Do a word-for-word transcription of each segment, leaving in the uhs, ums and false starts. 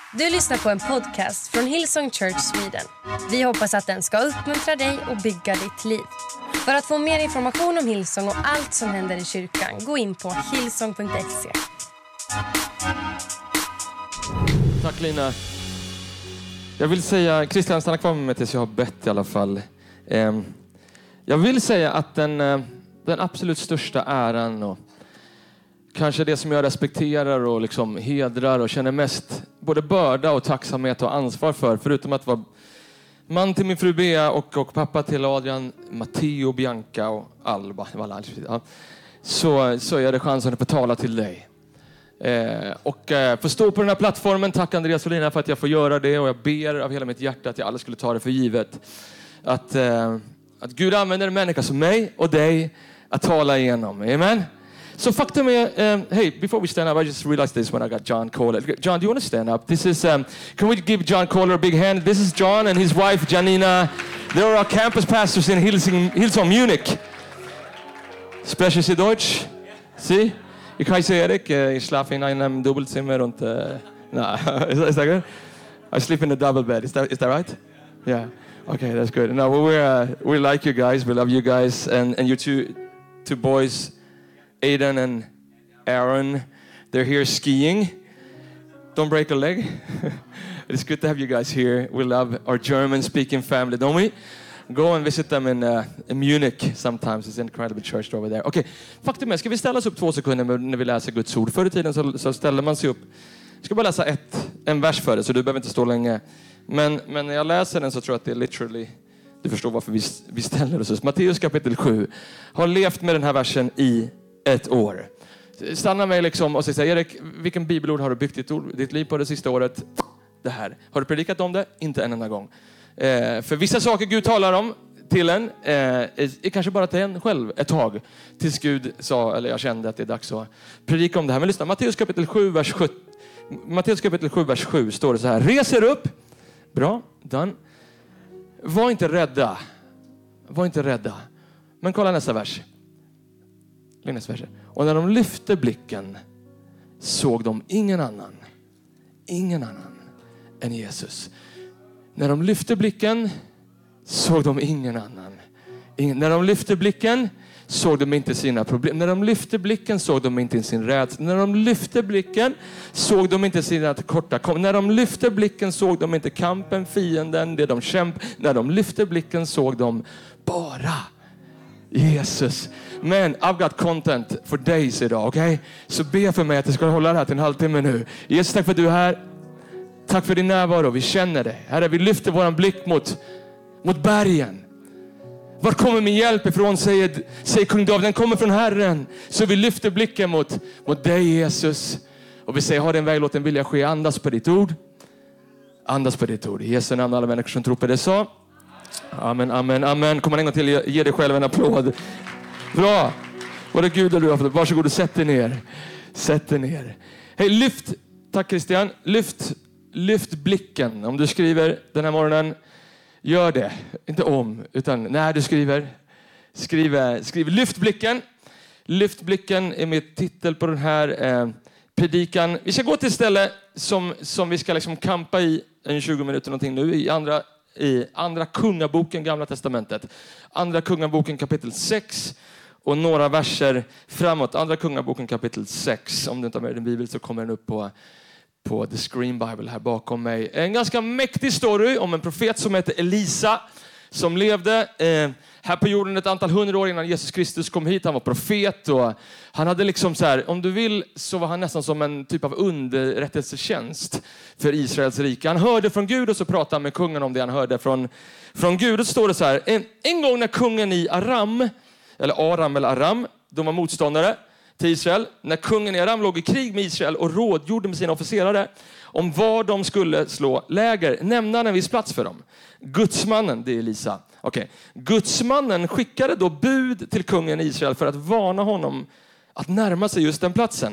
Du lyssnar på en podcast från Hillsong Church Sweden. Vi hoppas att den ska uppmuntra dig och bygga ditt liv. För att få mer information om Hillsong och allt som händer i kyrkan, gå in på hillsong punkt se. Tack Lina. Jag vill säga, Christian stanna kvar med mig tills jag har bett i alla fall. Jag vill säga att den, den absolut största äran och kanske det som jag respekterar och liksom hedrar och känner mest både börda och tacksamhet och ansvar för, förutom att vara man till min fru Bea och, och pappa till Adrian, Matteo, Bianca och Alba, ja, så, så är det chansen att få tala till dig. Eh, och eh, få stå på den här plattformen. Tack Andreas och Lina för att jag får göra det, och jag ber av hela mitt hjärta att jag aldrig skulle ta det för givet. Att, eh, att Gud använder en människa som mig och dig att tala igenom. Amen. So faktum är, um, hey, before we stand up, I just realized this when I got John Kohler. John, do you want to stand up? This is, um, can we give John Kohler a big hand? This is John and his wife, Janina. They're our campus pastors in Hillsong, Hillsong Munich. Sprechen Sie Deutsch? Sie? Ich heiße Erik, ich schlafe in einem Doppelzimmer und, uh, no, is, is that good? I sleep in a double bed, is that, is that right? Yeah, okay, that's good. No, we're, uh, we like you guys, we love you guys, and, and you two, two boys, Aiden and Aaron, they're here skiing. Don't break a leg. It's good to have you guys here. We love our German-speaking family, don't we? Go and visit them in, uh, in Munich sometimes. It's an incredible church over there. Okej, okay. Faktum är, ska vi ställa oss upp två sekunder när vi läser Guds ord? Förr i tiden så, så ställer man sig upp. Jag ska bara läsa ett, en vers för det, så du behöver inte stå länge. Men, men när jag läser den så tror jag att det är literally... Du förstår varför vi, vi ställer oss upp. Matteus kapitel sju har levt med den här versen i ett år. Stanna mig liksom och säga, Erik, vilken bibelord har du byggt ditt, ord, ditt liv på det sista året? Det här. Har du predikat om det? Inte en enda gång. Eh, för vissa saker Gud talar om till en, eh, är kanske bara till en själv ett tag. Tills Gud sa, eller jag kände att det är dags att predika om det här. Men lyssna, Matteus kapitel sju, vers sju. Matteus kapitel sju, vers sju står det så här. Reser upp. Bra, done. Var inte rädda. Var inte rädda. Men kolla nästa vers. Och när de lyfte blicken såg de ingen annan. Ingen annan än Jesus. När de lyfte blicken såg de ingen annan. Ingen, när de lyfte blicken såg de inte sina problem. När de lyfte blicken såg de inte sin rädsla. När de lyfte blicken såg de inte sina tillkortakommanden. När de lyfte blicken såg de inte kampen, fienden, det de kämpar. När de lyfte blicken såg de bara Jesus. Men I've got content for days idag, okej? Okay? Så be för mig att jag ska hålla det här till en halvtimme nu. Jesus, tack för att du är här. Tack för din närvaro, vi känner det. Herre, vi lyfter våran blick mot, mot bergen. Var kommer min hjälp ifrån, säger, säger kung David. Den kommer från Herren. Så vi lyfter blicken mot, mot dig, Jesus. Och vi säger, har den väg, låt den vilja ske. Andas på ditt ord. Andas på ditt ord. I Jesu namn, alla människor som tror på det så. Amen, amen, amen. Kom en gång till, ge dig själv en applåd. Bra. Vad är Gud och du har fått. Varsågod och sätt dig ner. Sätt dig ner. Hej, lyft. Tack Christian. Lyft, lyft blicken. Om du skriver den här morgonen, gör det. Inte om, utan när du skriver. Skriv, skriv lyft blicken. Lyft blicken är mitt titel på den här eh, predikan. Vi ska gå till ett ställe som, som vi ska liksom kampa i en tjugo minuter någonting nu. I andra, i andra kungaboken, Gamla testamentet. Andra kungaboken kapitel sex. Och några verser framåt. Andra kungaboken kapitel sex. Om du inte har med din bibel så kommer den upp på, på The Screen Bible här bakom mig. En ganska mäktig story om en profet som heter Elisa. Som levde eh, här på jorden ett antal hundra år innan Jesus Kristus kom hit. Han var profet och han hade liksom så här, om du vill så var han nästan som en typ av underrättelsetjänst för Israels rike. Han hörde från Gud och så pratade han med kungen om det han hörde från, från Gud. Och så står det så här, en, en gång när kungen i Aram, eller Aram eller Aram, de var motståndare till Israel. När kungen i Aram låg i krig med Israel och rådgjorde med sina officerare om var de skulle slå läger, nämnde han en viss plats för dem. Gudsmannen, det är Elisa. Okay. Gudsmannen skickade då bud till kungen i Israel för att varna honom att närma sig just den platsen.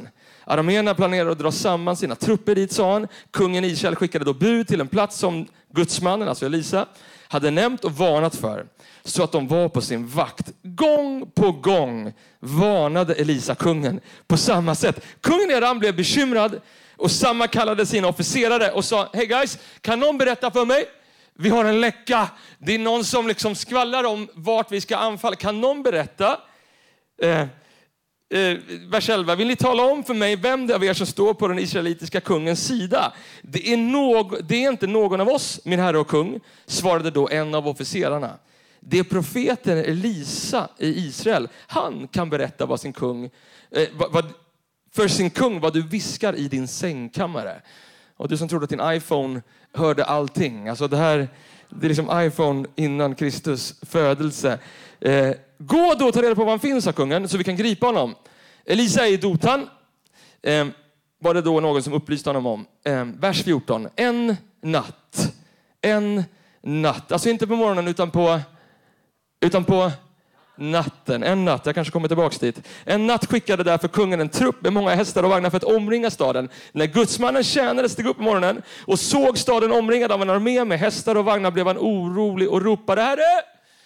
Arameerna planerade att dra samman sina trupper dit, sa han. Kungen Israel skickade då bud till en plats som gudsmannen, alltså Elisa, hade nämnt och varnat för. Så att de var på sin vakt. Gång på gång varnade Elisa kungen på samma sätt. Kungen i Aram blev bekymrad och sammankallade sina officerare och sa: Hey guys, kan någon berätta för mig? Vi har en läcka. Det är någon som liksom skvallrar om vart vi ska anfalla. Kan någon berätta? Eh, eh, vers elva. Vill ni tala om för mig vem det av er som står på den israelitiska kungens sida? Det är, någ- det är inte någon av oss, min herre och kung, svarade då en av officerarna. Det är profeten Elisa i Israel. Han kan berätta vad sin kung, eh, vad, vad, för sin kung vad du viskar i din sängkammare. Och du som trodde att din iPhone hörde allting. Alltså det här, det är liksom iPhone innan Kristus födelse. Eh, gå då och ta reda på var han finns, sa kungen, så vi kan gripa honom. Elisa är i Dotan. Eh, var det då någon som upplyste honom om. Eh, vers fjorton. En natt. En natt. Alltså inte på morgonen utan på... Utan på natten. En natt. Jag kanske kommer tillbaka dit. En natt skickade därför kungen en trupp med många hästar och vagnar för att omringa staden. När gudsmannen tjänade steg upp på morgonen och såg staden omringad av en armé med hästar och vagnar blev han orolig och ropade: Herre,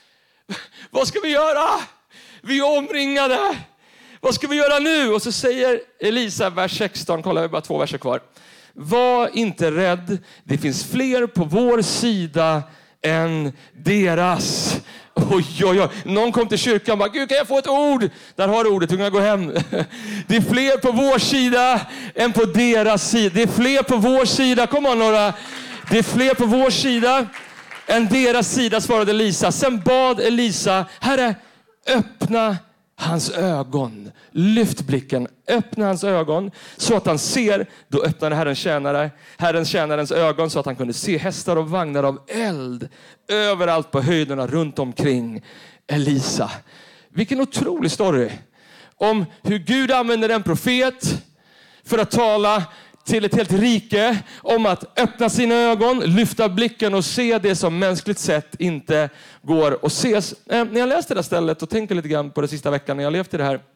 vad ska vi göra? Vi är omringade. Vad ska vi göra nu? Och så säger Elisa, vers sexton, kolla, vi har bara två verser kvar. Var inte rädd. Det finns fler på vår sida än deras. Oj, oj, oj. Någon kom till kyrkan och bara: Gud, kan jag få ett ord? Där har du ordet, du kan gå hem. Det är fler på vår sida än på deras sida. Det är fler på vår sida. Kom on, några. Det är fler på vår sida än deras sida, svarade Elisa. Sen bad Elisa: Herre, öppna hans ögon. Lyft blicken. Öppna hans ögon så att han ser. Då öppnade Herren tjänare, Herren tjänarens ögon så att han kunde se hästar och vagnar av eld överallt på höjderna runt omkring Elisa. Vilken otrolig story om hur Gud använder en profet för att tala till ett helt rike om att öppna sina ögon, lyfta blicken och se det som mänskligt sett inte går att ses. Eh, när jag läste det där stället och tänkte lite grann på det sista veckan när jag levt i det här,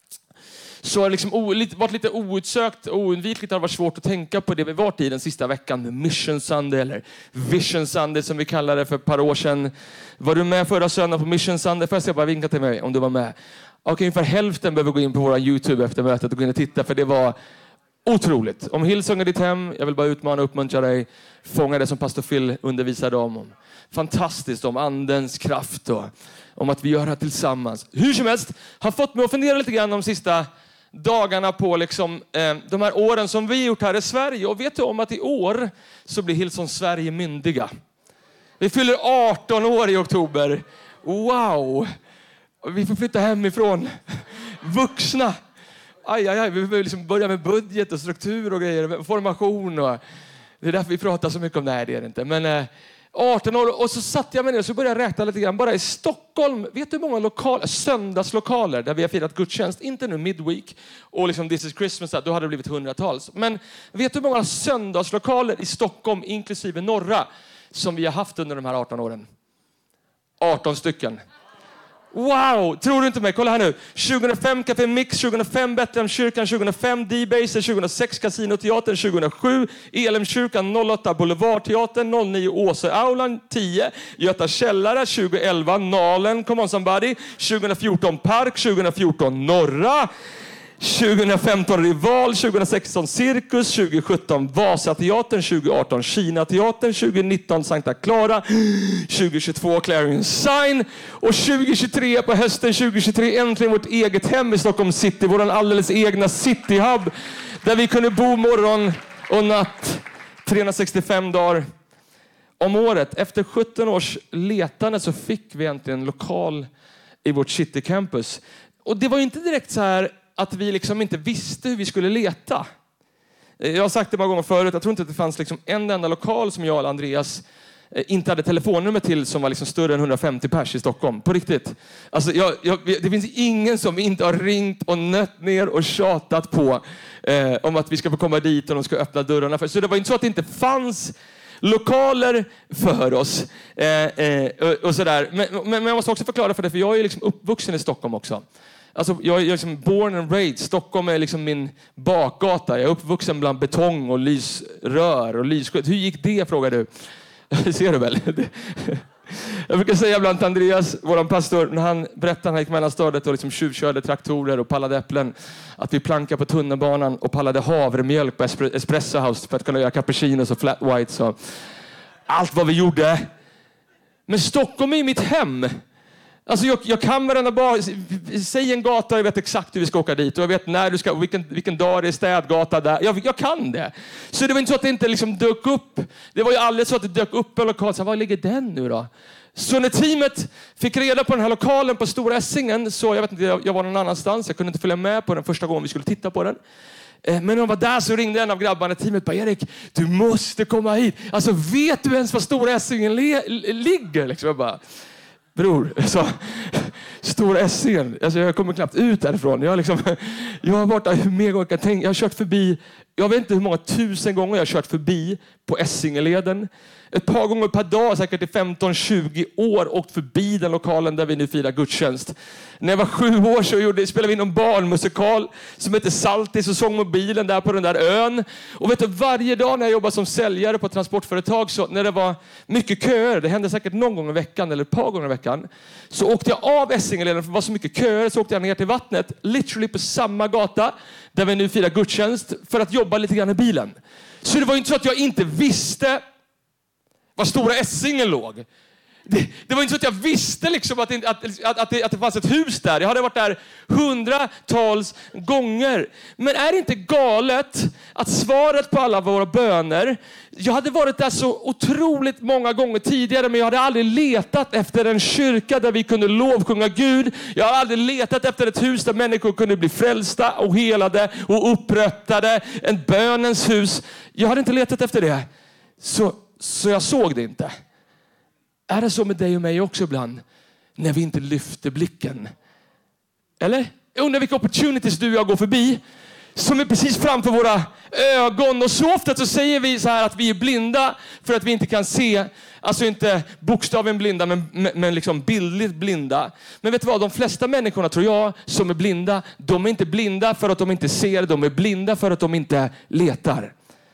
så har det liksom o, lite, varit lite outsökt och oundvikligt. Det har varit svårt att tänka på det vi varit i den sista veckan med Mission Sunday eller Vision Sunday som vi kallade det för ett par år sedan. Var du med förra söndagen på Mission Sunday? Får jag se, bara vinka till mig om du var med. Okej, ungefär hälften behöver gå in på våra YouTube efter mötet och gå in och titta, för det var otroligt. Om Hillsong är ditt hem, jag vill bara utmana och uppmuntra dig. Fånga det som pastor Phil undervisade om. om. Fantastiskt om andens kraft och om att vi gör det här tillsammans. Hur som helst, har fått mig att fundera lite grann de sista dagarna på liksom, eh, de här åren som vi gjort här i Sverige. Och vet du om att i år så blir Hillsong Sverige myndiga. Vi fyller arton år i oktober. Wow! Vi får flytta hemifrån. Vuxna. Aj, aj, aj. Vi behöver liksom börja med budget och struktur och grejer. Formation. Och det är därför vi pratar så mycket om det här. Det är det inte. Men eh, arton år. Och så satt jag med det och så började jag räkna lite grann. Bara i Stockholm. Vet du hur många lokal, söndagslokaler där vi har firat gudstjänst? Inte nu midweek. Och liksom This is Christmas. Då hade det blivit hundratals. Men vet du hur många söndagslokaler i Stockholm, inklusive norra, som vi har haft under de här arton åren? arton stycken. Wow, tror du inte mig? Kolla här nu. tjugohundrafem Café Mix, tjugohundrafem Betlehemskyrkan, tjugohundrafem D-Baser, tjugohundrasex Casinoteatern, tjugohundrasju Elimkyrkan, noll åtta Boulevardteatern, noll nio Åsö-aulan, tio Göta källare, tjugoelva Nalen, come on somebody, tjugohundrafjorton Park, tjugohundrafjorton Norra, tjugohundrafemton Rival, tjugohundrasexton Cirkus, tjugosjutton Vasateatern, tjugoarton Kinateatern, tjugonitton Sankta Clara, tjugohundratjugotvå Clarion Sign och tjugohundratjugotre på hösten tjugohundratjugotre äntligen vårt eget hem i Stockholm City, vår alldeles egna cityhub där vi kunde bo morgon och natt trehundrasextiofem dagar om året. Efter sjutton års letande så fick vi äntligen lokal i vårt citycampus. Och det var ju inte direkt så här att vi liksom inte visste hur vi skulle leta. Jag har sagt det många gånger förut. Jag tror inte att det fanns liksom en enda lokal som jag och Andreas inte hade telefonnummer till som var liksom större än hundrafemtio pers i Stockholm. På riktigt. Alltså jag, jag, det finns ingen som inte har ringt och nött ner och tjatat på eh, om att vi ska få komma dit och de ska öppna dörrarna. För. Så det var inte så att det inte fanns lokaler för oss. Eh, eh, och, och sådär. Men, men jag måste också förklara för det, för jag är liksom uppvuxen i Stockholm också. Alltså, jag, jag är liksom born and raised. Stockholm är liksom min bakgata. Jag är uppvuxen bland betong och lysrör och lysskydd. Hur gick det, frågar du? Ser du väl? Jag brukar säga bland Andreas, våran pastor, när han berättade han gick mellanstadiet och liksom tjuvkörde traktorer och pallade äpplen, att vi plankade på tunnelbanan och pallade havremjölk på Espresso House för att kunna göra cappuccinos och flat whites och allt vad vi gjorde. Men Stockholm är mitt hem. Alltså jag, jag kan varenda bar, säg en gata, jag vet exakt hur vi ska åka dit och jag vet när du ska, vilken, vilken dag det är städgata där. Jag, jag kan det. Så det var inte så att det inte liksom dök upp. Det var ju aldrig så att det dök upp en lokal. Så var ligger den nu då? Så när teamet fick reda på den här lokalen på Stora Essingen, så jag vet inte, jag, jag var någon annanstans. Jag kunde inte följa med på den första gången vi skulle titta på den. Men när de var där så ringde en av grabbarna i teamet. Bara, Erik, du måste komma hit. Alltså vet du ens var Stora Essingen le- ligger? Liksom jag bara... Bror, så, Stora Essingen. Alltså jag kommer knappt ut därifrån. Jag har, liksom, jag har varit där hur mer gånger jag kan tänka. Jag har kört förbi, jag vet inte hur många tusen gånger jag har kört förbi på Essingeleden. Ett par gånger per dag, säkert i femton tjugo år, åkt förbi den lokalen där vi nu firar gudstjänst. När jag var sju år så gjorde, spelade vi in en barnmusikal som heter Saltis och sång mobilen där på den där ön. Och vet du, varje dag när jag jobbade som säljare på transportföretag, så när det var mycket köer, det hände säkert någon gång i veckan eller ett par gånger i veckan, så åkte jag av Essingeleden för det var så mycket köer, så åkte jag ner till vattnet, literally på samma gata där vi nu firar gudstjänst, för att jobba lite grann i bilen. Så det var ju inte så att jag inte visste var Stora Essingen låg. Det, det var inte så att jag visste liksom att, att, att, att, det, att det fanns ett hus där. Jag hade varit där hundratals gånger. Men är det inte galet att svaret på alla våra böner... Jag hade varit där så otroligt många gånger tidigare, men jag hade aldrig letat efter en kyrka där vi kunde lovsjunga Gud. Jag hade aldrig letat efter ett hus där människor kunde bli frälsta och helade och upprättade. En bönens hus. Jag hade inte letat efter det. Så... Så jag såg det inte. Är det så med dig och mig också ibland? När vi inte lyfter blicken. Eller? Jag undrar vilka opportunities du och jag går förbi. Som är precis framför våra ögon. Och så ofta så säger vi så här att vi är blinda. För att vi inte kan se. Alltså inte bokstaven blinda, men, men liksom bildligt blinda. Men vet du vad? De flesta människorna, tror jag, som är blinda. De är inte blinda för att de inte ser. De är blinda för att de inte letar.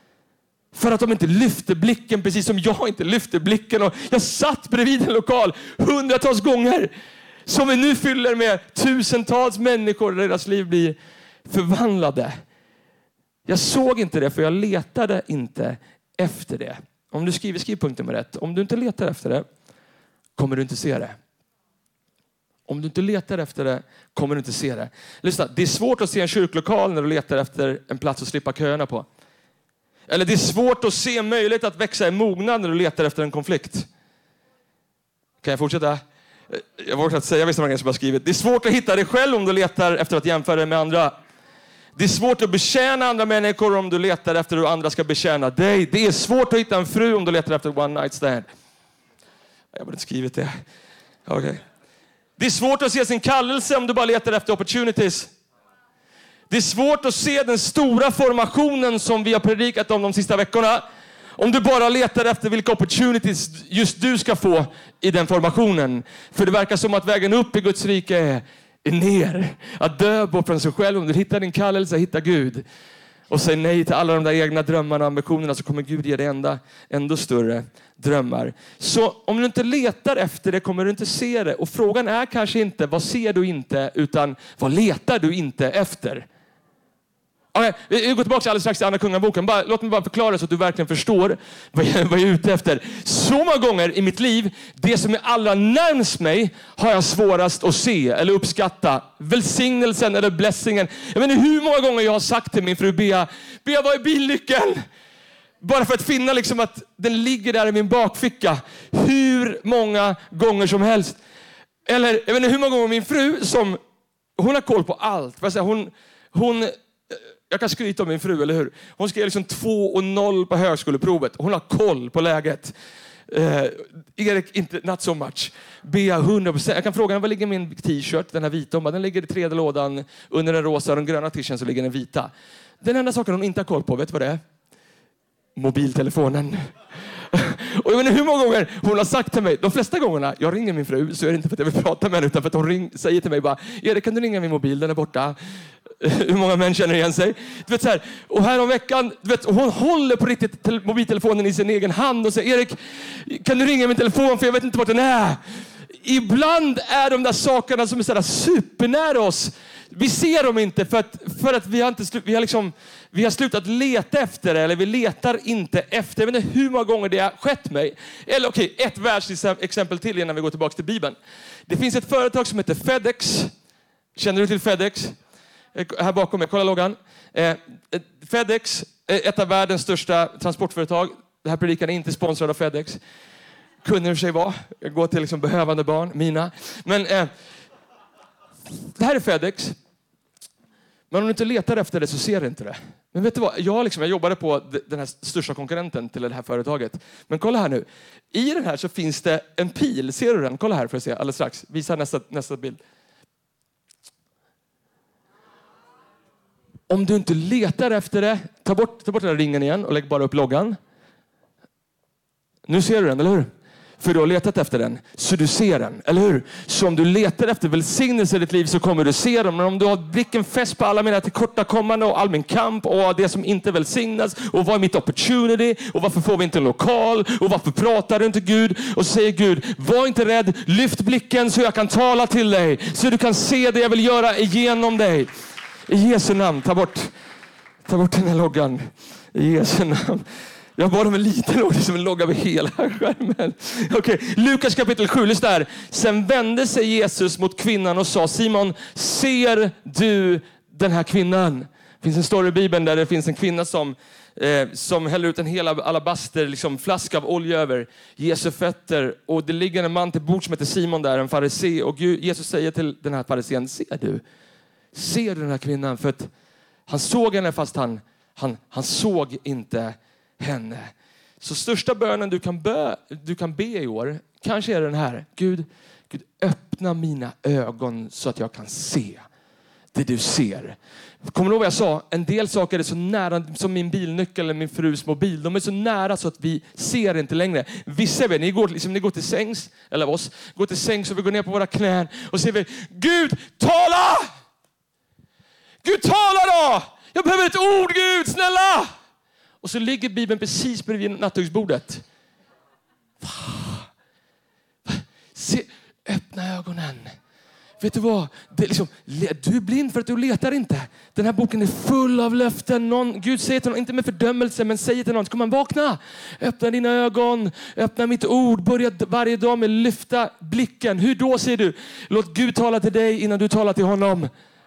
För att de inte lyfter blicken, precis som jag inte lyfter blicken. Och jag satt bredvid en lokal hundratals gånger som vi nu fyller med tusentals människor där deras liv blir förvandlade. Jag såg inte det, för jag letade inte efter det. Om du skriver, skriv punkt nummer ett. Om du inte letar efter det, kommer du inte se det. Om du inte letar efter det, kommer du inte se det. Lyssna, det är svårt att se en kyrklokal när du letar efter en plats att slippa köerna på. Eller det är svårt att se möjlighet att växa i mognad när du letar efter en konflikt. Kan jag fortsätta? Jag vågar inte säga vissa saker som jag har skrivit. Det är svårt att hitta dig själv om du letar efter att jämföra dig med andra. Det är svårt att betjäna andra människor om du letar efter hur andra ska betjäna dig. Det är svårt att hitta en fru om du letar efter one night stand. Jag har inte skrivit det. Okay. Det är svårt att se sin kallelse om du bara letar efter opportunities. Det är svårt att se den stora formationen som vi har predikat om de sista veckorna. Om du bara letar efter vilka opportunities just du ska få i den formationen. För det verkar som att vägen upp i Guds rike är, är ner. Att dö bort från sig själv. Om du hittar din kallelse, hitta Gud. Och säg nej till alla de där egna drömmarna och ambitionerna, så kommer Gud ge dig ända, ändå större drömmar. Så om du inte letar efter det kommer du inte se det. Och frågan är kanske inte vad ser du inte, utan vad letar du inte efter? Okay, vi går tillbaka alldeles strax till Andra Kungaboken. Bara, låt mig bara förklara så att du verkligen förstår vad jag, vad jag är ute efter. Så många gånger i mitt liv, det som är allra närmast mig har jag svårast att se eller uppskatta. Välsignelsen eller blessingen. Jag vet inte hur många gånger jag har sagt till min fru Bea, Bea, vad är bilnyckeln? Bara för att finna liksom att den ligger där i min bakficka. Hur många gånger som helst. Eller jag vet inte hur många gånger min fru som, hon har koll på allt. Hon, hon Jag kan skryta om min fru, eller hur? Hon skrev liksom två och noll på högskoleprovet. Hon har koll på läget. Eh, Erik, inte, not so much. Bea, hundra procent. Jag kan fråga henne, var ligger min t-shirt? Den här vita. Hon bara, den ligger i tredje lådan. Under den rosa och den gröna t-shirten så ligger den vita. Den enda saken hon inte har koll på, vet du vad det är? Mobiltelefonen. Och jag vet inte hur många gånger hon har sagt till mig, de flesta gångerna, jag ringer min fru så är det inte för att jag vill prata med henne utan för att hon ring, säger till mig bara, Erik kan du ringa min mobil, den är borta. Hur många män känner igen sig? Du vet så här, och här om veckan, du vet, hon håller på riktigt te- mobiltelefonen i sin egen hand och säger, Erik kan du ringa min telefon för jag vet inte vart den är. Ibland är de där sakerna som är så där supernära oss. Vi ser dem inte för att, för att vi, har inte slu, vi, har liksom, vi har slutat leta efter det. Eller vi letar inte efter. Jag vet inte hur många gånger det har skett mig. Eller okej, okay, ett världsexempel till innan vi går tillbaka till Bibeln. Det finns ett företag som heter FedEx. Känner du till FedEx? Här bakom mig, kolla loggan. Eh, FedEx är ett av världens största transportföretag. Det här predikan är inte sponsrad av FedEx. Kunde det sig vara. Jag går till liksom behövande barn, mina. Men eh, det här är FedEx. Men om du inte letar efter det så ser du inte det. Men vet du vad? Jag, liksom, jag jobbade på den här största konkurrenten till det här företaget. Men kolla här nu. I den här så finns det en pil. Ser du den? Kolla här för att se alldeles strax. Visa nästa, nästa bild. Om du inte letar efter det, ta bort, ta bort den här ringen igen och lägg bara upp loggan. Nu ser du den, eller hur? För du har letat efter den, så du ser den, eller hur? Så om du letar efter välsignelse i ditt liv så kommer du se dem. Men om du har blicken fäst på alla mina tillkortakommande och all min kamp och det som inte välsignas och vad är mitt opportunity och varför får vi inte en lokal och varför pratar du inte Gud? Och så säger Gud, var inte rädd, lyft blicken så jag kan tala till dig. Så du kan se det jag vill göra igenom dig. I Jesu namn, ta bort, ta bort den här loggan. I Jesu namn. Jag bad om en liten logga som en logga över hela skärmen. Okej, okay. Lukas kapitel sju, lyssna där. Sen vände sig Jesus mot kvinnan och sa, Simon, ser du den här kvinnan? Det finns en story i Bibeln där det finns en kvinna som, eh, som häller ut en hel alabaster liksom, flaska av olja över Jesu fötter. Och det ligger en man till bord som heter Simon där, en farisé. Och Gud, Jesus säger till den här farisén, ser du? Ser du den här kvinnan? För att han såg henne fast han, han, han såg inte henne. Så största bönen du kan, bö, du kan be i år kanske är den här. Gud, Gud, öppna mina ögon så att jag kan se det du ser. Kommer du ihåg vad jag sa? En del saker är så nära som min bilnyckel eller min frus mobil. De är så nära så att vi ser inte längre. Vissa av er, ni går, liksom, ni går till sängs, eller oss, går till sängs och vi går ner på våra knän och säger Gud, tala! Gud, tala då! Jag behöver ett ord, Gud, snälla! Och så ligger Bibeln precis bredvid nattduksbordet. Se, öppna ögonen. Vet du vad? Det är liksom, du är blind för att du letar inte. Den här boken är full av löften. Någon, Gud säger till någon, inte med fördömelse, men säger till någon, ska man vakna? Öppna dina ögon, öppna mitt ord. Börja varje dag med lyfta blicken. Hur då, säger du? Låt Gud tala till dig innan du talar till honom.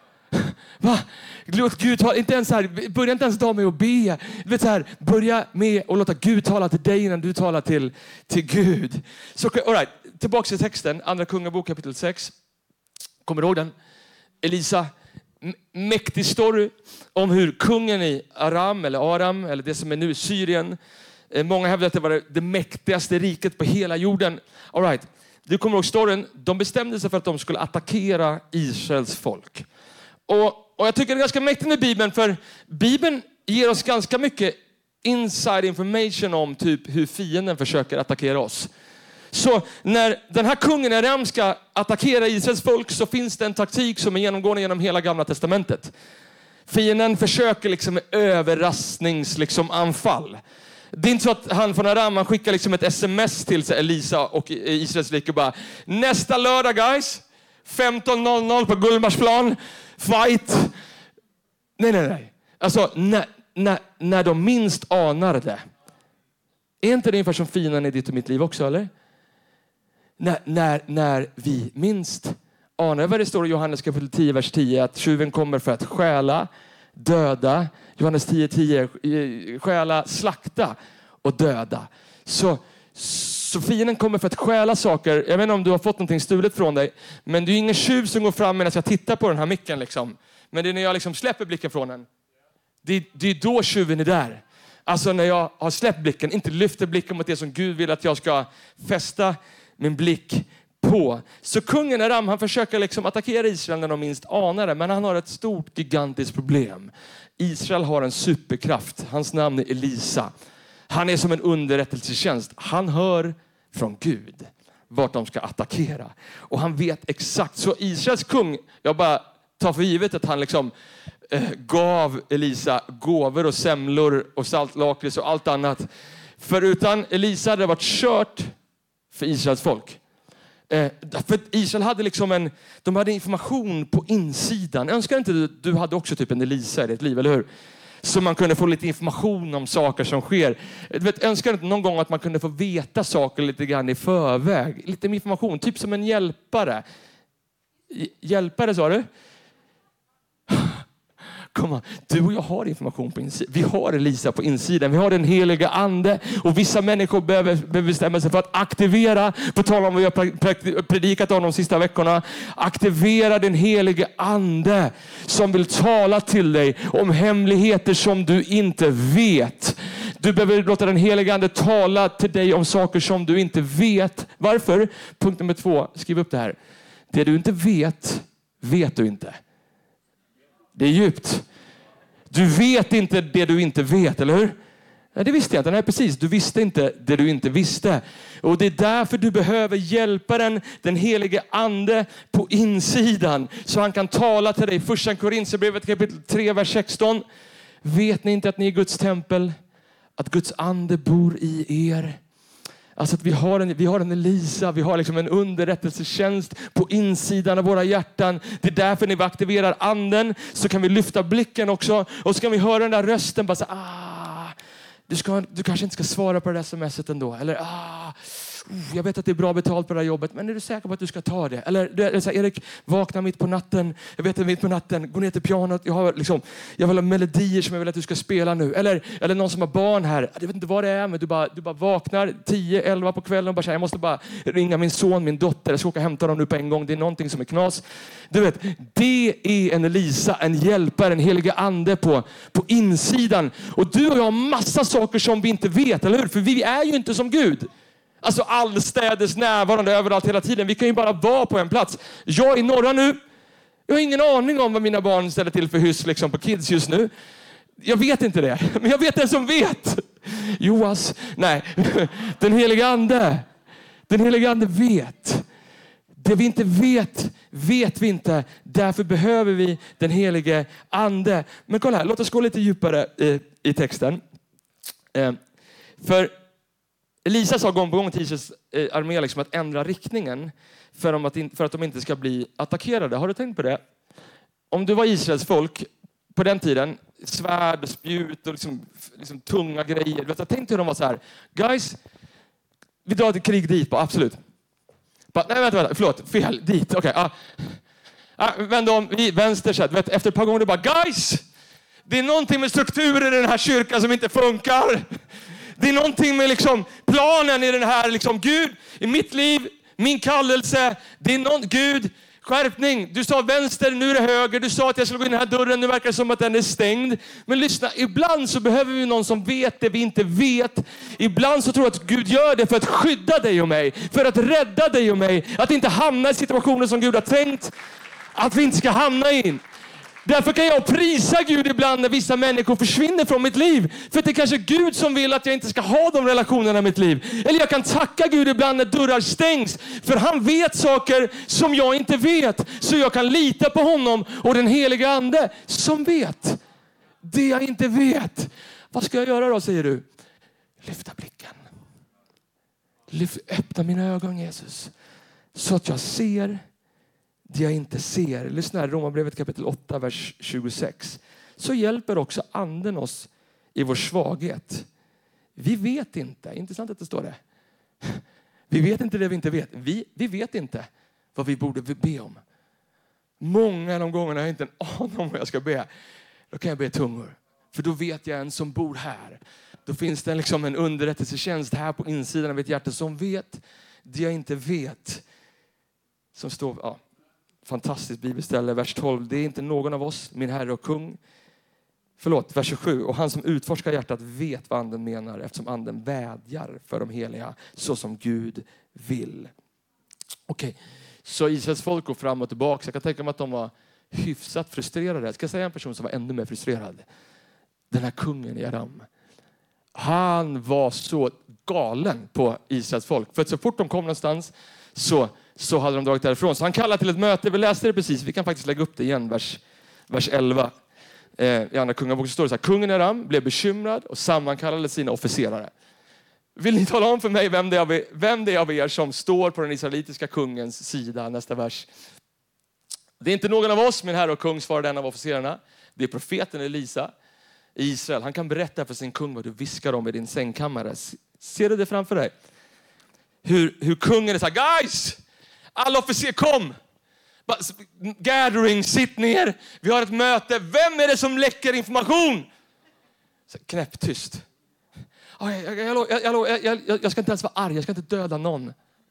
Va? Låt Gud tala, inte ens här, börja inte ens ta med och be. Vet så här, börja med att låta Gud tala till dig innan du talar till, till Gud. Så, all right, tillbaka till texten, andra kungabok kapitel sex. Kommer du ihåg den? Elisa, m- mäktig story om hur kungen i Aram, eller Aram, eller det som är nu Syrien. Eh, många hävdar att det var det, det mäktigaste riket på hela jorden. All right, du kommer ihåg storyn. De bestämde sig för att de skulle attackera Israels folk. Och, och jag tycker det är ganska mäktigt med Bibeln, för Bibeln ger oss ganska mycket inside information om typ hur fienden försöker attackera oss. Så när den här kungen Aram ska attackera Israels folk så finns det en taktik som är genomgående genom hela gamla testamentet. Fienden försöker liksom med överrasknings liksom anfall. Det är inte så att han från Aram han skickar liksom ett sms till sig Elisa och Israels rike och bara nästa lördag guys femton noll noll på Gullmarsplan fight. Nej nej nej. Alltså när, när, när de minst anar det. Är inte det ungefär som fienden i ditt och mitt liv också, eller? När, när, när vi minst anar vad det står i Johannes kapitel tio, vers tio, att tjuven kommer för att stjäla, döda. Johannes tio, tio, stjäla, slakta och döda. Så, så fienden kommer för att stjäla saker. Jag vet inte om du har fått någonting stulet från dig, men det är ingen tjuv som går fram medan jag tittar på den här micken. Liksom. Men det är när jag liksom släpper blicken från den. Det, det är då tjuven är där. Alltså när jag har släppt blicken, inte lyfter blicken mot det som Gud vill att jag ska fästa min blick på. Så kungen Aram, han försöker liksom attackera Israel när de minst anar det. Men han har ett stort, gigantiskt problem. Israel har en superkraft. Hans namn är Elisa. Han är som en underrättelsetjänst. Han hör från Gud vart de ska attackera. Och han vet exakt. Så Israels kung, jag bara tar för givet att han liksom eh, gav Elisa gåvor och semlor och saltlakrits och allt annat. För utan Elisa hade det varit kört för Israels folk. Eh, för Israel hade liksom en, de hade information på insidan. Jag önskar inte du, du hade också typ en Elisa i ditt liv, eller hur? Så man kunde få lite information om saker som sker. Du vet, önskar inte någon gång att man kunde få veta saker lite grann i förväg. Lite information, typ som en hjälpare. Hjälpare sa du? Kom on. Du och jag har information på insidan. Vi har Elisa på insidan. Vi har den heliga ande. Och vissa människor behöver, behöver bestämma sig för att aktivera. På tal om vad vi har predikat om de sista veckorna. Aktivera den heliga ande. Som vill tala till dig om hemligheter som du inte vet. Du behöver låta den heliga ande tala till dig om saker som du inte vet. Varför? Punkt nummer två. Skriv upp det här. Det du inte vet, vet du inte. Det är djupt. Du vet inte det du inte vet, eller hur? Nej, det visste jag inte. Nej, precis. Du visste inte det du inte visste. Och det är därför du behöver hjälpa den, den helige ande på insidan. Så han kan tala till dig. Första Korinthierbrevet kapitel tre, vers sexton. Vet ni inte att ni är Guds tempel? Att Guds ande bor i er? Alltså att vi har en, vi har en Elisa, vi har liksom en underrättelsetjänst på insidan av våra hjärtan. Det är därför när vi aktiverar anden så kan vi lyfta blicken också. Och så kan vi höra den där rösten bara så ah, du, ska, du kanske inte ska svara på det där smset ändå. Eller ah, jag vet att det är bra betalt på det här jobbet, men är du säker på att du ska ta det? Eller, eller så här, Erik, vakna mitt på natten. Jag vet att mitt på natten, gå ner till pianot. Jag har liksom, jag vill ha melodier som jag vill att du ska spela nu. Eller, eller någon som har barn här. Jag vet inte vad det är, men du bara, du bara vaknar tio, elva på kvällen och bara säger, jag måste bara ringa min son, min dotter. Jag ska åka och hämta dem nu på en gång. Det är någonting som är knas. Du vet, det är en Elisa, en hjälpare, en heliga ande på, på insidan. Och du och jag har massa saker som vi inte vet, eller hur? För vi är ju inte som Gud. Alltså allstädes närvarande överallt hela tiden. Vi kan ju bara vara på en plats. Jag är i norra nu. Jag har ingen aning om vad mina barn ställer till för hyss liksom, på kids just nu. Jag vet inte det. Men jag vet den som vet. Joas. Nej. Den heliga ande. Den heliga ande vet. Det vi inte vet, vet vi inte. Därför behöver vi den helige ande. Men kolla här. Låt oss gå lite djupare i, i texten. Eh, för Elisa sa gång på gång till Israels armé liksom att ändra riktningen för, dem att in, för att de inte ska bli attackerade. Har du tänkt på det? Om du var Israels folk på den tiden, svärd, spjut och liksom, liksom tunga grejer. Vet du, jag tänkte hur de var så här. Guys, vi drar till krig dit på, absolut. Bara, nej, vänta, vänta, förlåt, fel, dit, okej. Okay, ah. ah, vänd om, vi, vänster, så här, vet, efter ett par gånger, bara, guys! Det är någonting med strukturen i den här kyrkan som inte funkar. Det är någonting med liksom planen i den här, liksom, Gud, i mitt liv, min kallelse. Det är någon, Gud, skärpning. Du sa vänster, nu är det höger. Du sa att jag skulle gå in i den här dörren, nu verkar det som att den är stängd. Men lyssna, ibland så behöver vi någon som vet det vi inte vet. Ibland så tror jag att Gud gör det för att skydda dig och mig. För att rädda dig och mig. Att inte hamna i situationer som Gud har tänkt att vi inte ska hamna in. Därför kan jag prisa Gud ibland när vissa människor försvinner från mitt liv. För det är kanske Gud som vill att jag inte ska ha de relationerna i mitt liv. Eller jag kan tacka Gud ibland när dörrar stängs. För han vet saker som jag inte vet. Så jag kan lita på honom och den heliga ande som vet det jag inte vet. Vad ska jag göra då, säger du? Lyfta blicken. Lyft, öppna mina ögon, Jesus. Så att jag ser det jag inte ser. Lyssna här, Romarbrevet kapitel åtta, vers tjugosex. Så hjälper också anden oss i vår svaghet. Vi vet inte. Intressant att det står det. Vi vet inte det vi inte vet. Vi, vi vet inte vad vi borde be om. Många av de gångerna har jag inte en aning om vad jag ska be. Då kan jag be tungor. För då vet jag en som bor här. Då finns det liksom en underrättelsetjänst här på insidan av ett hjärta som vet det jag inte vet. Som står... Ja. Fantastiskt bibelställe, vers tolv. Det är inte någon av oss, min herre och kung. Förlåt, vers tjugosju. Och han som utforskar hjärtat vet vad anden menar, eftersom anden vädjar för de heliga, så som Gud vill. Okej, okay. Så Israels folk går fram och tillbaka. Jag kan tänka mig att de var hyfsat frustrerade. Jag ska säga en person som var ännu mer frustrerad. Den här kungen i Aram. han var så galen på Israels folk. För att så fort de kom någonstans så, så hade de dragit därifrån. Så han kallade till ett möte. Vi läste det precis. Vi kan faktiskt lägga upp det igen. Vers, vers elva. Eh, I andra kungabok så står det så här. Kungen Aram blev bekymrad och sammankallade sina officerare. Vill ni tala om för mig vem det, är av er, vem det är av er som står på den israelitiska kungens sida? Nästa vers. Det är inte någon av oss, min herre och kung, svarade en av officerarna. Det är profeten Elisa i Israel. Han kan berätta för sin kung vad du viskar om i din sängkammare. Ser du det framför dig? Hur, hur kungen är så här, guys! Alla officer, kom! Gathering, sitt ner. Vi har ett möte. Vem är det som läcker information? Så, knäpptyst. Oh, jag, jag, jag, jag, jag, jag, jag ska inte ens vara arg. Jag ska inte döda någon.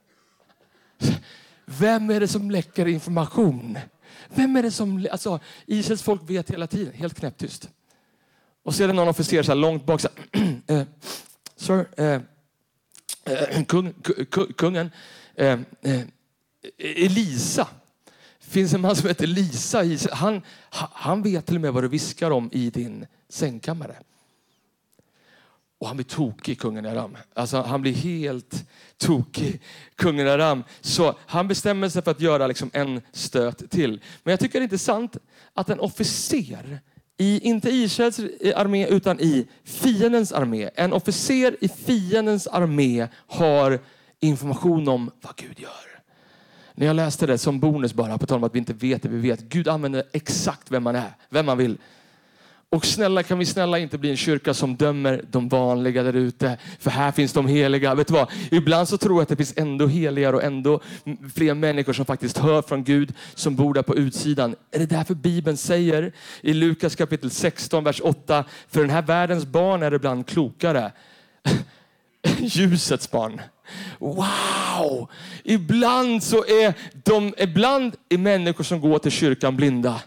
Vem är det som läcker information? Vem är det som... Alltså, Israels folk vet hela tiden. Helt knäpptyst. Och så är det någon officer så här långt bak. Så här, uh, sir, uh, uh, kung, k- kungen. Uh, uh, Elisa. Finns en man som heter Elisa. Han, han vet till och med vad du viskar om i din sängkammare. Och han blir tokig, kungen Aram. Alltså han blir helt tokig, kungen Aram. Så han bestämmer sig för att göra liksom en stöt till. Men jag tycker det är intressant att en officer, i, inte i Israels armé utan i fiendens armé. En officer i fiendens armé har information om vad Gud gör. När jag läste det som bonus bara, på tal om att vi inte vet det vi vet. Gud använder exakt vem man är, vem man vill. Och snälla, kan vi snälla inte bli en kyrka som dömer de vanliga där ute. För här finns de heliga. Vet du vad? Ibland så tror jag att det finns ändå heligare och ändå fler människor som faktiskt hör från Gud, som bor där på utsidan. Är det därför Bibeln säger i Lukas kapitel sexton, vers åtta. För den här världens barn är ibland klokare. Ljusets barn. Wow! Ibland så är de, ibland är människor som går till kyrkan blinda.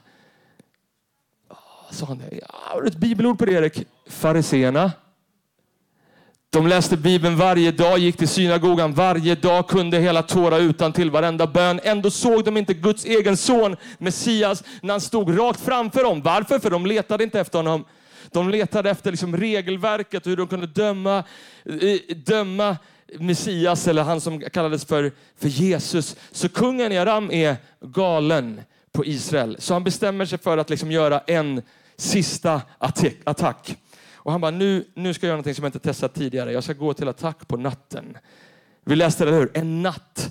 Sa han det? Ja, ett bibelord på det, Erik. Fariseerna. De läste Bibeln varje dag, gick till synagogan varje dag, kunde hela Tora utan till varenda bön. Ändå såg de inte Guds egen son, Messias, när han stod rakt framför dem. Varför? För de letade inte efter honom. De letade efter liksom regelverket och hur de kunde döma, döma Messias, eller han som kallades för, för Jesus. Så kungen i Aram är galen på Israel. Så han bestämmer sig för att liksom göra en sista attack. Och han bara, nu, nu ska jag göra någonting som jag inte testat tidigare. Jag ska gå till attack på natten. Vi läste det, eller hur? En natt.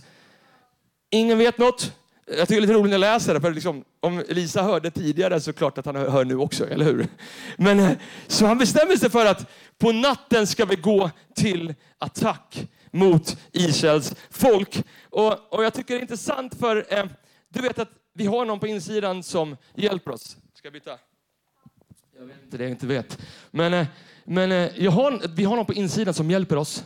Ingen vet något. Jag tycker det är lite roligt när jag läser det. För liksom, om Elisa hörde tidigare så klart att han hör nu också, eller hur? Men så han bestämmer sig för att på natten ska vi gå till attack mot Israels folk. Och, och jag tycker det är intressant för eh, du vet att vi har någon på insidan som hjälper oss. Ska jag byta? Jag vet inte det, jag inte vet. Men, men jag har, vi har någon på insidan som hjälper oss.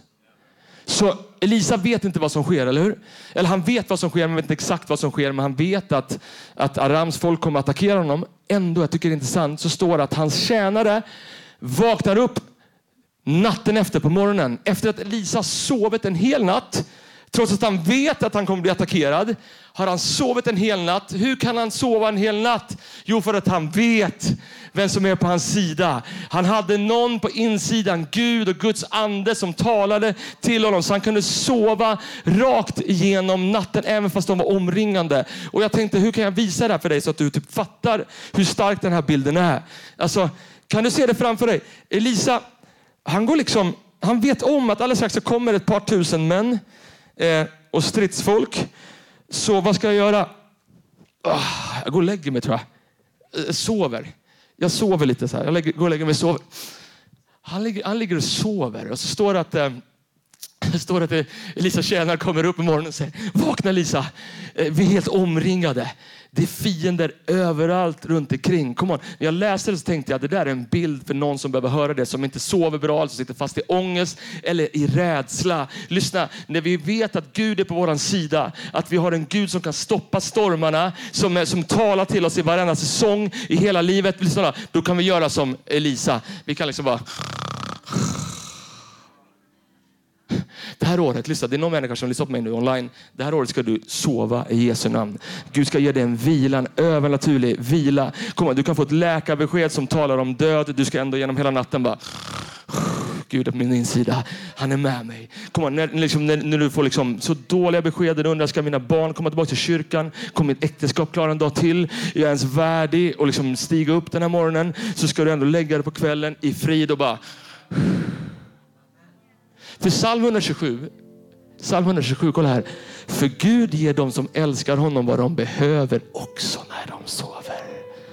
Så Elisa vet inte vad som sker, eller hur? Eller han vet vad som sker, men vet inte exakt vad som sker. Men han vet att, att Arams folk kommer att attackera honom. Ändå, jag tycker det är intressant, så står det att hans tjänare vaknar upp natten efter på morgonen. Efter att Elisa sovit en hel natt. Trots att han vet att han kommer bli attackerad, har han sovit en hel natt. Hur kan han sova en hel natt? Jo, för att han vet vem som är på hans sida. Han hade någon på insidan, Gud och Guds ande, som talade till honom. Så han kunde sova rakt igenom natten, även fast de var omringande. Och jag tänkte, hur kan jag visa det här för dig så att du typ fattar hur stark den här bilden är? Alltså, kan du se det framför dig? Elisa, han går liksom, han vet om att alldeles strax så kommer ett par tusen män eh, och stridsfolk. Så vad ska jag göra? Oh, jag går och lägger mig, tror jag. Jag sover. Jag sover lite så här. Jag lägger, går och lägger mig och sover. Han ligger, han ligger och sover. Och så står det att, eh, det står att Elisa tjänare kommer upp i morgonen och säger: vakna Elisa, eh, vi är helt omringade. Det är fiender överallt runt omkring. Kom on. När jag läste det så tänkte jag att det där är en bild för någon som behöver höra det. Som inte sover bra, som sitter fast i ångest eller i rädsla. Lyssna, när vi vet att Gud är på våran sida. Att vi har en Gud som kan stoppa stormarna. Som, som talar till oss i varenda säsong i hela livet. Lyssna, då kan vi göra som Elisa. Vi kan liksom bara... Det här året, lyssna, det är någon människa som lyssnar på mig nu online. Det här året ska du sova i Jesu namn. Gud ska ge dig en vila, en övernaturlig vila. Kom on, du kan få ett läkarbesked som talar om död. Du ska ändå genom hela natten bara... Gud är på min insida. Han är med mig. Kom on, när, liksom, när, när du får liksom så dåliga besked och undrar, ska mina barn komma tillbaka till kyrkan? Kommer mitt äktenskap klara en dag till? Är jag ens värdig och liksom stiga upp den här morgonen? Så ska du ändå lägga det på kvällen i frid och bara... För psalm etthundratjugosju, psalm etthundratjugosju, kolla här. För Gud ger dem som älskar honom vad de behöver också när de sover.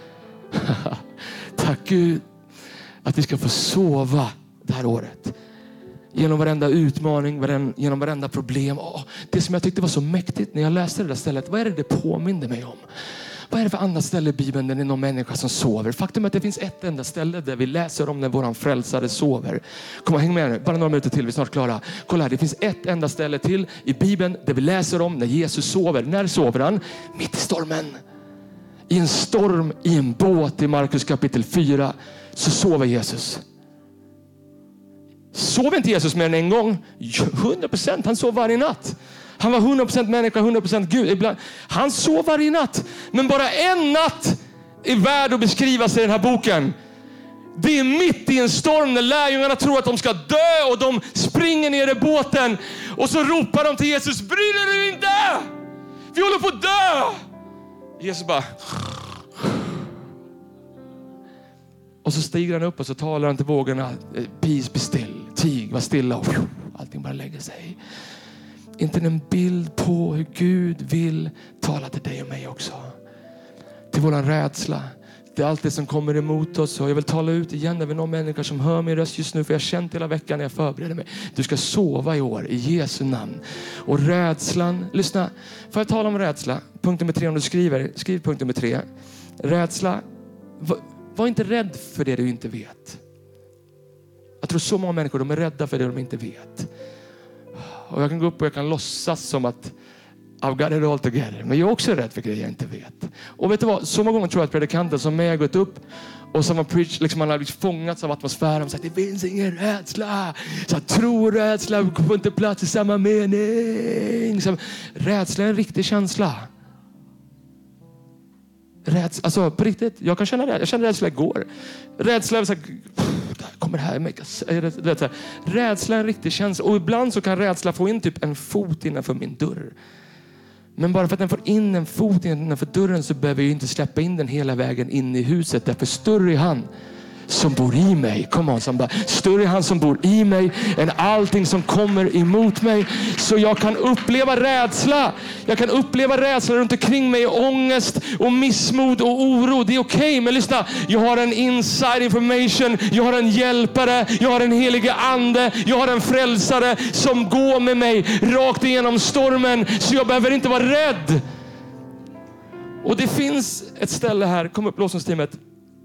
Tack Gud att vi ska få sova det här året. Genom varenda utmaning, genom varenda problem. Åh, det som jag tyckte var så mäktigt när jag läste det där stället. Vad är det det påminner mig om? Vad är det för andra ställe i Bibeln där det är någon människa som sover? Faktum är att det finns ett enda ställe där vi läser om när våran frälsare sover. Kom och häng med nu. Bara några minuter till, vi är snart klara. Kolla här, det finns ett enda ställe till i Bibeln där vi läser om när Jesus sover. När sover han? Mitt i stormen. I en storm, i en båt i Markus kapitel fyra så sover Jesus. Sover inte Jesus mer än en gång? hundra procent, han sov varje natt. Han var hundra procent människa, hundra procent Gud. Ibland, han sov varje natt. Men bara en natt är värd att beskrivas i den här boken. Det är mitt i en storm när lärjungarna tror att de ska dö och de springer ner i båten. Och så ropar de till Jesus, bryr dig inte! Vi håller på att dö! Jesus bara... Och så stiger han upp och så talar han till vågorna. Peace, be still. Tig, var stilla. Och allting bara lägger sig. Inte en bild på hur Gud vill tala till dig och mig också. Till våran rädsla. Det är allt det som kommer emot oss. Och jag vill tala ut igen över någon människa som hör min röst just nu. För jag har känt hela veckan när jag förbereder mig. Du ska sova i år i Jesu namn. Och rädslan. Lyssna. Får jag tala om rädsla? Punkt nummer tre om du skriver. Skriv punkt nummer tre. Rädsla. Var, var inte rädd för det du inte vet. Jag tror så många människor de är rädda för det de inte vet. Och jag kan gå upp och jag kan låtsas som att I've got it all together. Men jag är också rädd för grejer jag inte vet. Och vet du vad? Så många gånger tror jag att predikanten som mig har gått upp och som har preached, liksom man har blivit fångats av atmosfären och sagt det finns ingen rädsla. Så att tro och rädsla får inte plats i samma mening. Så, rädsla är en riktig känsla. Rädsla, alltså på riktigt, jag kan känna det. Jag kände rädsla igår. Rädsla är så här, kommer det här. Rädsla är en riktig känsla. Och ibland så kan rädsla få in typ en fot innanför min dörr. Men bara för att den får in en fot innanför dörren så behöver jag inte släppa in den hela vägen in i huset. Därför större är han som bor i mig. Come on, bara, större är han som bor i mig än allting som kommer emot mig. Så jag kan uppleva rädsla. Jag kan uppleva rädsla runt omkring mig. Ångest och missmod och oro. Det är okej, okay, men lyssna. Jag har en inside information. Jag har en hjälpare. Jag har en helige ande. Jag har en frälsare som går med mig rakt igenom stormen. Så jag behöver inte vara rädd. Och det finns ett ställe här. Kom upp lovsångsteamet.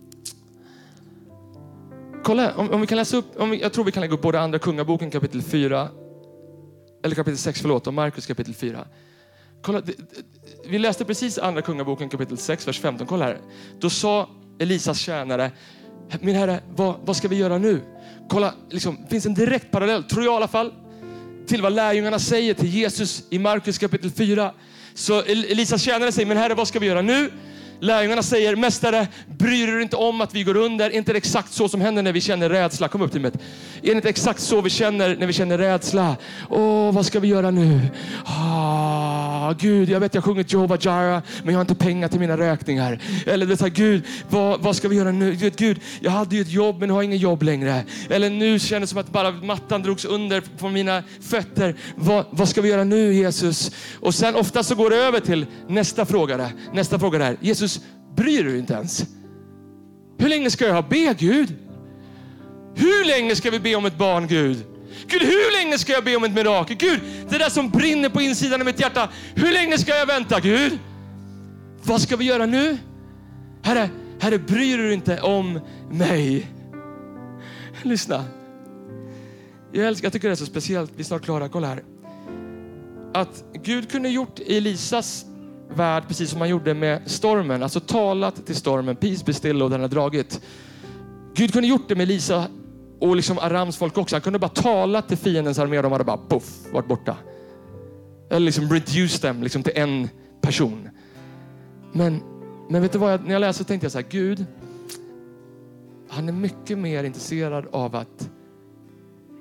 Kolla, om, om vi kan läsa upp, om vi, jag tror vi kan lägga upp både andra kungaboken kapitel fyra, eller kapitel sex, förlåt, och Markus kapitel fyra. Kolla, det, det, vi läste precis andra kungaboken kapitel sex, vers femton. Kolla här. Då sa Elisas tjänare, min herre, vad, vad ska vi göra nu? Kolla, liksom, det finns en direkt parallell, tror jag i alla fall, till vad lärjungarna säger till Jesus i Markus kapitel fyra. Så Elisas tjänare säger, min herre, vad ska vi göra nu? Lärjungarna säger, mästare, bryr du inte om att vi går under? Är inte det exakt så som händer när vi känner rädsla? Kom upp till mig. Är det inte exakt så vi känner när vi känner rädsla? Åh, vad ska vi göra nu? Ah, Gud, jag vet jag sjunger Jehovah Jireh, men jag har inte pengar till mina räkningar. Eller det är så här, Gud, vad, vad ska vi göra nu? Gud, jag hade ju ett jobb men har ingen jobb längre. Eller nu känns det som att bara mattan drogs under på mina fötter. Vad, vad ska vi göra nu, Jesus? Och sen ofta så går det över till nästa fråga. Nästa fråga där. Jesus, bryr du inte ens? Hur länge ska jag be, Gud? Hur länge ska vi be om ett barn, Gud? Gud, hur länge ska jag be om ett mirakel? Gud, det där som brinner på insidan av mitt hjärta. Hur länge ska jag vänta, Gud? Vad ska vi göra nu? Herre, Herre, bryr du inte om mig? Lyssna. Jag älskar, jag tycker det är så speciellt. Vi är snart klara, kolla här. Att Gud kunde gjort Elisas värld precis som han gjorde med stormen. Alltså talat till stormen. Peace, be still, och den har dragit. Gud kunde gjort det med Elisa och liksom Arams folk också. Han kunde bara tala till fiendens armé och de hade bara puff, varit borta. Eller liksom reduce dem liksom till en person. Men, men vet du vad? Jag, när jag läste tänkte jag så här, Gud, han är mycket mer intresserad av att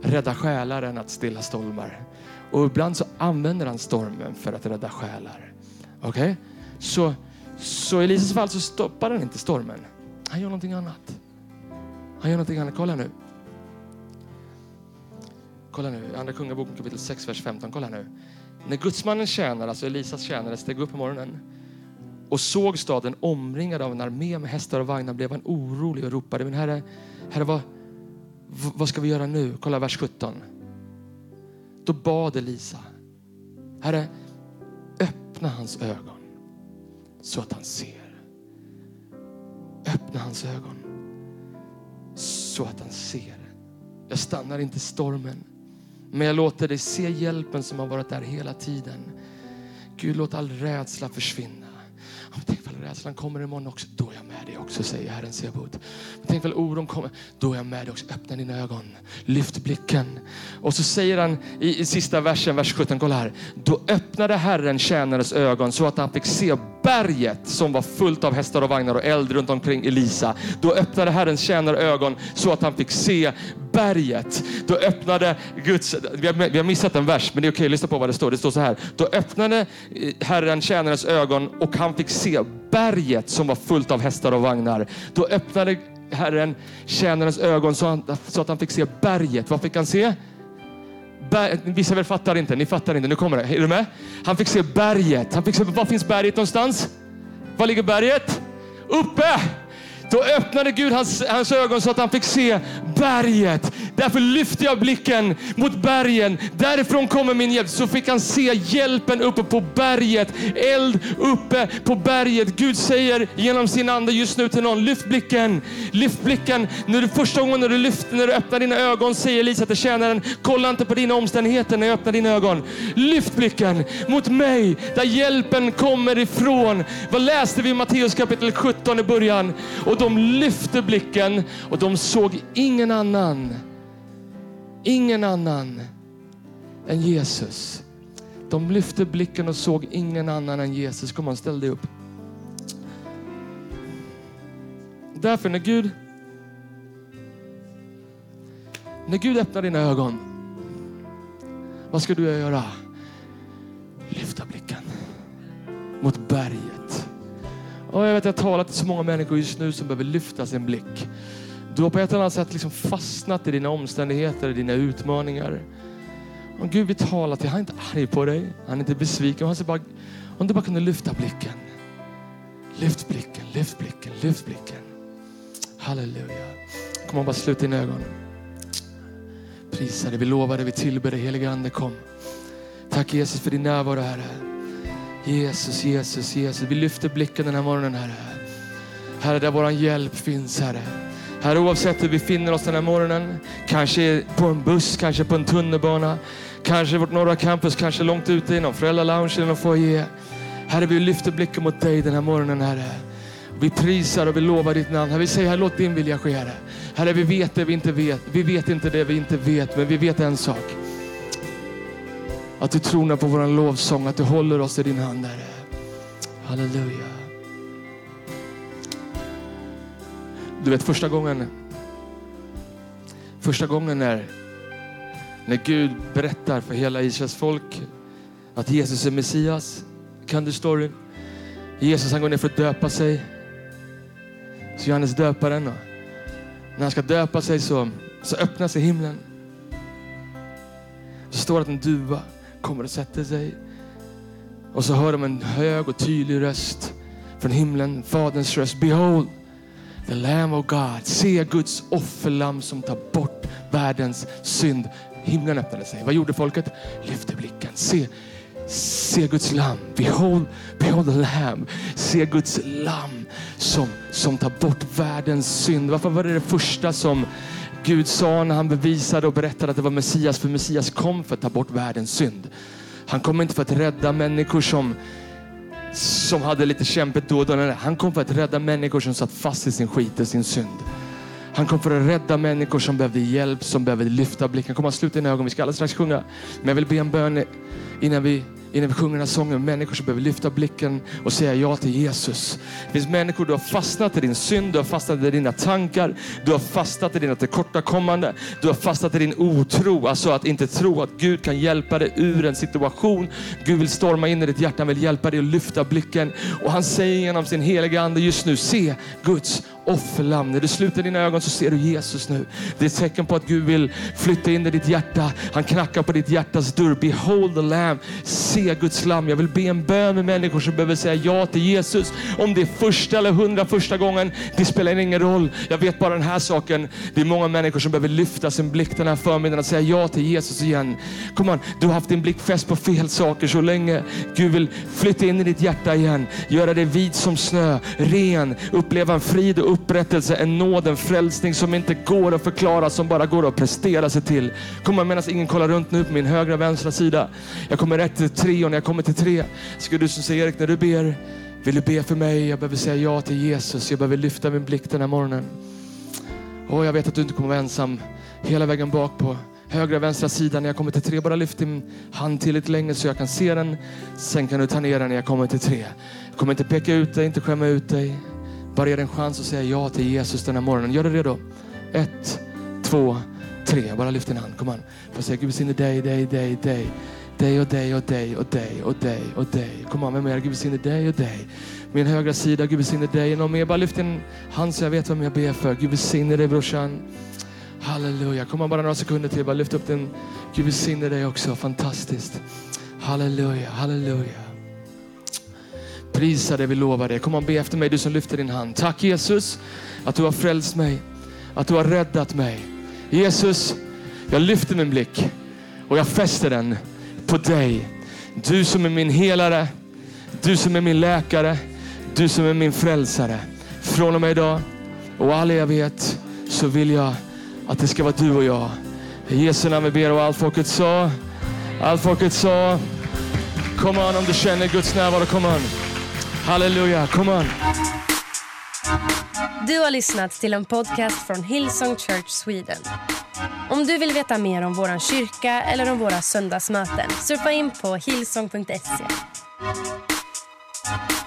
rädda själar än att stilla stormar. Och ibland så använder han stormen för att rädda själar. Okej? Okay? Så, så i Elisas fall så stoppar han inte stormen. Han gör någonting annat. Han gör någonting annat. Kolla nu. Kolla nu. Andra Kungaboken kapitel sex, vers femton. Kolla nu. När gudsmannen tjänare, alltså Elisas tjänare, steg upp på morgonen och såg staden omringad av en armé med hästar och vagnar, blev han orolig och ropade: men herre, herre vad, vad ska vi göra nu? Kolla vers sjutton. Då bad Elisa: herre, öppna hans ögon så att han ser. Öppna hans ögon så att han ser. Jag stannar inte stormen, men jag låter dig se hjälpen som har varit där hela tiden. Gud, låt all rädsla försvinna. Men tänk väl rädslan kommer imorgon också. Då är jag med dig också, säger Herren Sebaot. Men tänk väl oron kommer. Då är jag med dig också. Öppna dina ögon. Lyft blicken. Och så säger han i, i sista versen, vers sjutton. Kolla här. Då öppnade Herren tjänares ögon så att han fick se berget som var fullt av hästar och vagnar och eld runt omkring Elisa. Då öppnade Herrens tjänare ögon så att han fick se berget. Då öppnade Guds... Vi har, vi har missat en vers, men det är okej. Lyssna på vad det står. Det står så här. Då öppnade Herren tjänares ögon och han fick se berget som var fullt av hästar och vagnar. Då öppnade Herren tjänarens ögon så, han, så att han fick se berget. Vad fick han se? Ber, vissa väl fattar inte. Ni fattar inte. Nu kommer det. Är du med? Han fick se berget. Han fick se, var finns berget någonstans? Var ligger berget? Uppe! Då öppnade Gud hans, hans ögon så att han fick se berget. Därför lyfte jag blicken mot bergen. Därifrån kommer min hjälp. Så fick han se hjälpen uppe på berget. Eld uppe på berget. Gud säger genom sin ande just nu till någon: lyft blicken. Lyft blicken. Nu är det första gången när du lyfter, när du öppnar dina ögon, säger Elisa till tjänaren: kolla inte på dina omständigheter när jag öppnar dina ögon. Lyft blicken mot mig, där hjälpen kommer ifrån. Vad läste vi i Matteus kapitel sjutton i början? Och de lyfte blicken och de såg ingen annan. Ingen annan än Jesus. De lyfte blicken och såg ingen annan än Jesus. Kom on, ställ dig upp. Därför när Gud när Gud öppnar dina ögon, vad ska du göra? Lyfta blicken mot berget. Och jag vet att jag har talat till så många människor just nu som behöver lyfta sin blick. Du har på ett eller annat sätt liksom fastnat i dina omständigheter, i dina utmaningar. Om Gud vill tala till, han är inte arg på dig. Han är inte besviken. Han säger bara, om du bara kunde lyfta blicken. Lyft blicken, lyft blicken, lyft blicken. Halleluja. Kom on, bara sluta dina ögon. Prisa dig, vi lovar dig, vi tillber dig, heliga ande, kom. Tack Jesus för din närvaro, Herre. Jesus, Jesus, Jesus. Vi lyfter blicken den här morgonen, Herre. Herre, där våran hjälp finns, Herre. Herre, oavsett hur vi finner oss den här morgonen, kanske på en buss, kanske på en tunnelbana, kanske vårt norra campus, kanske långt ute i någon föräldralounge eller någon foyer. Herre, vi lyfter blicken mot dig den här morgonen, Herre. Vi prisar och vi lovar ditt namn. Herre, vi säger, Herre, låt din vilja ske, Herre. Herre, vi vet det vi inte vet. Vi vet inte det vi inte vet, men vi vet en sak. Att du tronar på våran lovsång, att du håller oss i din hand, Herre. Halleluja. Du vet, första gången första gången när när Gud berättar för hela Israels folk att Jesus är Messias, kan du storyn? Jesus, han går ner för att döpa sig. Så Johannes döparen, och när han ska döpa sig så, så öppnar sig himlen. Så står det att en duva kommer och sätter sig. Och så hör de en hög och tydlig röst från himlen, Faderns röst: Behold, the Lamb of God. Se Guds offerlamm som tar bort världens synd. Himlen öppnade sig. Vad gjorde folket? Lyfte blicken. Se, se Guds lamm. Behold, behold the Lamb. Se Guds lamm som, som tar bort världens synd. Varför var det det första som Gud sa när han bevisade och berättade att det var Messias? För Messias kom för att ta bort världens synd. Han kom inte för att rädda människor som som hade lite kämpet då och då. Han kom för att rädda människor som satt fast i sin skit och sin synd. Han kom för att rädda människor som behövde hjälp, som behövde lyfta blicken. Kom och sluta dina ögon, vi ska alldeles strax sjunga. Men jag vill be en bön innan vi innan vi sjunger den här sången, människor som behöver lyfta blicken och säga ja till Jesus. Det finns människor, du har fastnat i din synd, du har fastnat i dina tankar, du har fastnat i dina tillkortakommande, du har fastnat i din otro, alltså att inte tro att Gud kan hjälpa dig ur en situation. Gud vill storma in i ditt hjärta, han vill hjälpa dig att lyfta blicken, och han säger genom sin heliga ande just nu, se Guds offerlamm. När du sluter dina ögon så ser du Jesus nu. Det är ett tecken på att Gud vill flytta in i ditt hjärta. Han knackar på ditt hjärtas dörr. Behold the lamb. Se Guds lamm. Jag vill be en bön med människor som behöver säga ja till Jesus. Om det är första eller hundra första gången, det spelar ingen roll. Jag vet bara den här saken. Det är många människor som behöver lyfta sin blick den här förmiddagen och säga ja till Jesus igen. Kom on, du har haft din blick fäst på fel saker så länge. Gud vill flytta in i ditt hjärta igen. Göra det vit som snö. Ren. Uppleva en frid och upprättelse, en nåd, en frälsning som inte går att förklara, som bara går att prestera sig till. Kommer medan ingen kollar runt nu på min högra och vänstra sida. Jag kommer rätt till tre, och när jag kommer till tre ska du som säger, Erik, när du ber, vill du be för mig? Jag behöver säga ja till Jesus. Jag behöver lyfta min blick den här morgonen. Och jag vet att du inte kommer vara ensam hela vägen bak på högra och vänstra sidan. När jag kommer till tre, bara lyft din hand till lite längre så jag kan se den. Sen kan du ta ner den när jag kommer till tre. Jag kommer inte peka ut dig, inte skämma ut dig. Bara ge en chans att säga ja till Jesus den här morgonen. Gör det redo. Ett, två, tre. Bara lyft din hand. Kom on. Får säga Gud välsigne dig, dig, dig, dig. Dig och dig och dig och dig och dig och dig. Kom on, vem är det? Gud välsigne dig och dig. Min högra sida, Gud välsigne dig. Någon mer? Bara lyft din hand så jag vet vem jag ber för. Gud välsigne dig, brorsan. Halleluja. Kom on, bara några sekunder till. Bara lyft upp den. Gud välsigne dig också. Fantastiskt. Halleluja, halleluja. Prisa det, vi lovar det. Kom on, be efter mig, du som lyfter din hand. Tack Jesus att du har frälst mig. Att du har räddat mig. Jesus, jag lyfter min blick och jag fäster den på dig. Du som är min helare. Du som är min läkare. Du som är min frälsare. Från och med idag och all evighet så vill jag att det ska vara du och jag. I Jesu namn vi ber, och allt folket sa. Allt folket sa. Kom on, om du känner Guds närvaro, kom on. Halleluja, come on. Du har lyssnat till en podcast från Hillsong Church Sweden. Om du vill veta mer om våran kyrka eller om våra söndagsmöten, surfa in på hillsong punkt se.